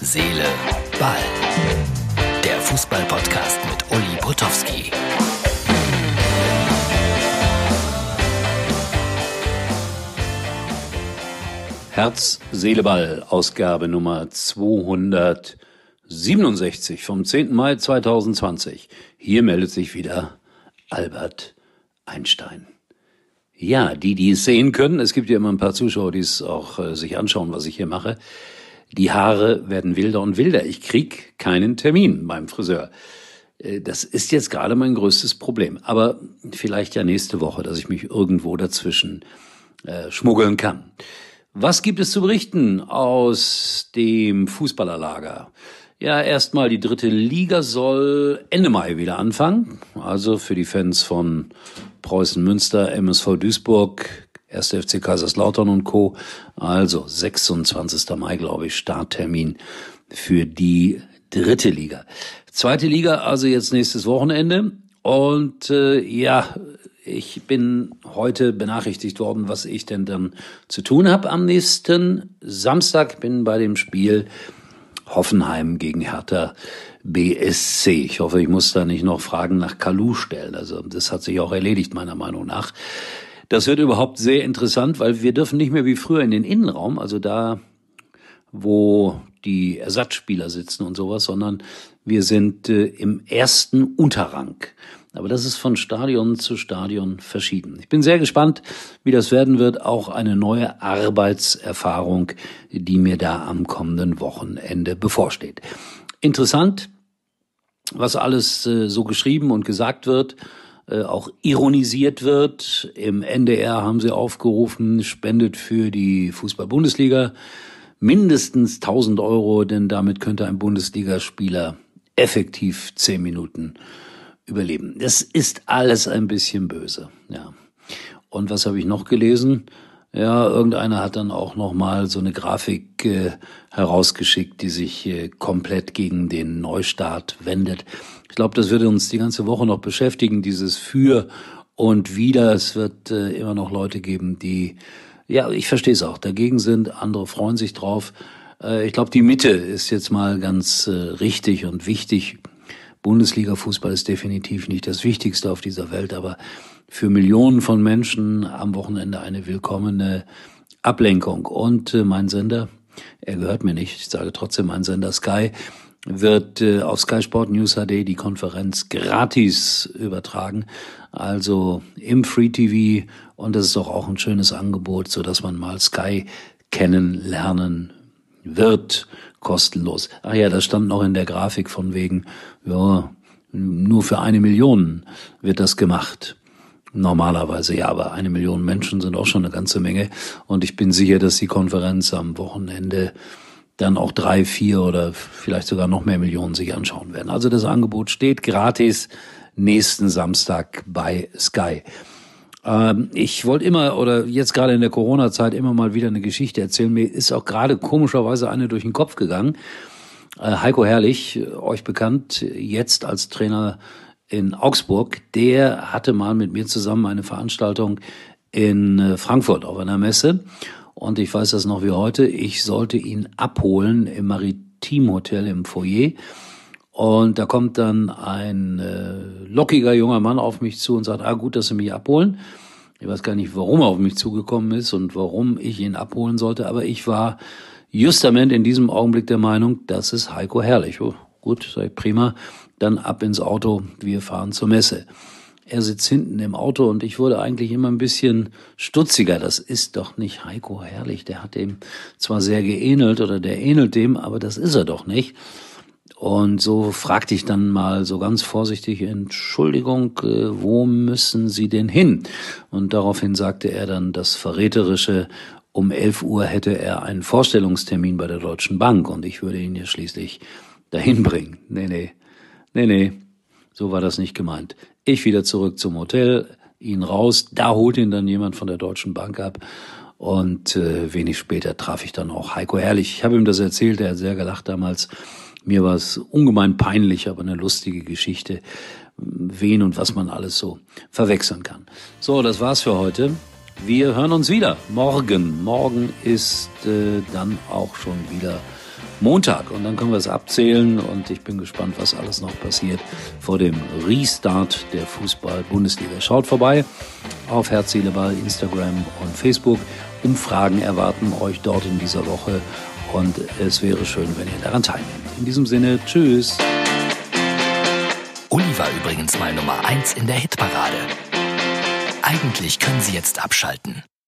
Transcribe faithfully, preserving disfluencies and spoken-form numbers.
Seele, Ball. Der Fußball-Podcast mit Uli Potowski. Herz, Seele, Ball, Ausgabe Nummer zweihundertsiebenundsechzig vom zehnten Mai zweitausendzwanzig. Hier meldet sich wieder Albert Einstein. Ja, die, die es sehen können, es gibt ja immer ein paar Zuschauer, die es auch äh, sich anschauen, was ich hier mache. Die Haare werden wilder und wilder. Ich krieg keinen Termin beim Friseur. Äh, das ist jetzt gerade mein größtes Problem. Aber vielleicht ja nächste Woche, dass ich mich irgendwo dazwischen äh, schmuggeln kann. Was gibt es zu berichten aus dem Fußballerlager? Ja, erstmal die dritte Liga soll Ende Mai wieder anfangen. Also für die Fans von Preußen Münster, M S V Duisburg, erster F C Kaiserslautern und Co. Also sechsundzwanzigster Mai, glaube ich, Starttermin für die dritte Liga. Zweite Liga, also jetzt nächstes Wochenende. Und äh, ja, ich bin heute benachrichtigt worden, was ich denn dann zu tun habe am nächsten Samstag. Bin bei dem Spiel Hoffenheim gegen Hertha B S C. Ich hoffe, ich muss da nicht noch Fragen nach Kalu stellen. Also das hat sich auch erledigt, meiner Meinung nach. Das wird überhaupt sehr interessant, weil wir dürfen nicht mehr wie früher in den Innenraum, also da, wo die Ersatzspieler sitzen und sowas, sondern wir sind äh, im ersten Unterrang. Aber das ist von Stadion zu Stadion verschieden. Ich bin sehr gespannt, wie das werden wird. Auch eine neue Arbeitserfahrung, die mir da am kommenden Wochenende bevorsteht. Interessant, was alles äh, so geschrieben und gesagt wird, äh, auch ironisiert wird. Im N D R haben sie aufgerufen, spendet für die Fußball-Bundesliga mindestens tausend Euro, denn damit könnte ein Bundesligaspieler effektiv zehn Minuten überleben. Das ist alles ein bisschen böse, ja. Und was habe ich noch gelesen? Ja, irgendeiner hat dann auch noch mal so eine Grafik äh, herausgeschickt, die sich äh, komplett gegen den Neustart wendet. Ich glaube, das wird uns die ganze Woche noch beschäftigen, dieses Für und Wider. Es wird äh, immer noch Leute geben, die, ja, ich verstehe es auch, dagegen sind. Andere freuen sich drauf. Äh, ich glaube, die Mitte ist jetzt mal ganz äh, richtig und wichtig. Bundesliga-Fußball ist definitiv nicht das Wichtigste auf dieser Welt, aber für Millionen von Menschen am Wochenende eine willkommene Ablenkung. Und äh, mein Sender, er gehört mir nicht, ich sage trotzdem mein Sender Sky, wird äh, auf Sky Sport News H D die Konferenz gratis übertragen, also im Free T V, und das ist doch auch ein schönes Angebot, so dass man mal Sky kennenlernen wird, kostenlos. Ach ja, das stand noch in der Grafik von wegen, ja, nur für eine Million wird das gemacht. Normalerweise, ja, aber eine Million Menschen sind auch schon eine ganze Menge. Und ich bin sicher, dass die Konferenz am Wochenende dann auch drei, vier oder vielleicht sogar noch mehr Millionen sich anschauen werden. Also das Angebot steht gratis nächsten Samstag bei Sky. Ähm, ich wollte immer, oder jetzt gerade in der Corona-Zeit, immer mal wieder eine Geschichte erzählen. Mir ist auch gerade komischerweise eine durch den Kopf gegangen. Äh, Heiko Herrlich, euch bekannt, jetzt als Trainer in Augsburg, der hatte mal mit mir zusammen eine Veranstaltung in Frankfurt auf einer Messe. Und ich weiß das noch wie heute, ich sollte ihn abholen im Maritim Hotel im Foyer. Und da kommt dann ein äh, lockiger junger Mann auf mich zu und sagt, ah gut, dass Sie mich abholen. Ich weiß gar nicht, warum er auf mich zugekommen ist und warum ich ihn abholen sollte, aber ich war justament in diesem Augenblick der Meinung, das ist Heiko Herrlich. Oh, gut, sag ich, prima, dann ab ins Auto, wir fahren zur Messe. Er sitzt hinten im Auto und ich wurde eigentlich immer ein bisschen stutziger. Das ist doch nicht Heiko Herrlich, der hat dem zwar sehr geähnelt oder der ähnelt dem, aber das ist er doch nicht. Und so fragte ich dann mal so ganz vorsichtig, Entschuldigung, äh, wo müssen Sie denn hin? Und daraufhin sagte er dann das Verräterische, um elf Uhr hätte er einen Vorstellungstermin bei der Deutschen Bank und ich würde ihn ja schließlich dahin bringen. Nee, nee, nee, nee, so war das nicht gemeint. Ich wieder zurück zum Hotel, ihn raus, da holt ihn dann jemand von der Deutschen Bank ab. Und äh, wenig später traf ich dann auch Heiko Herrlich. Ich habe ihm das erzählt, er hat sehr gelacht damals. Mir war es ungemein peinlich, aber eine lustige Geschichte, wen und was man alles so verwechseln kann. So, das war's für heute. Wir hören uns wieder morgen. Morgen ist äh, dann auch schon wieder Montag und dann können wir es abzählen und ich bin gespannt, was alles noch passiert vor dem Restart der Fußball-Bundesliga. Schaut vorbei auf Herz, Seele, Ball, Instagram und Facebook. Umfragen erwarten euch dort in dieser Woche und es wäre schön, wenn ihr daran teilnehmt. In diesem Sinne, tschüss. Uli war übrigens mal Nummer eins in der Hitparade. Eigentlich können Sie jetzt abschalten.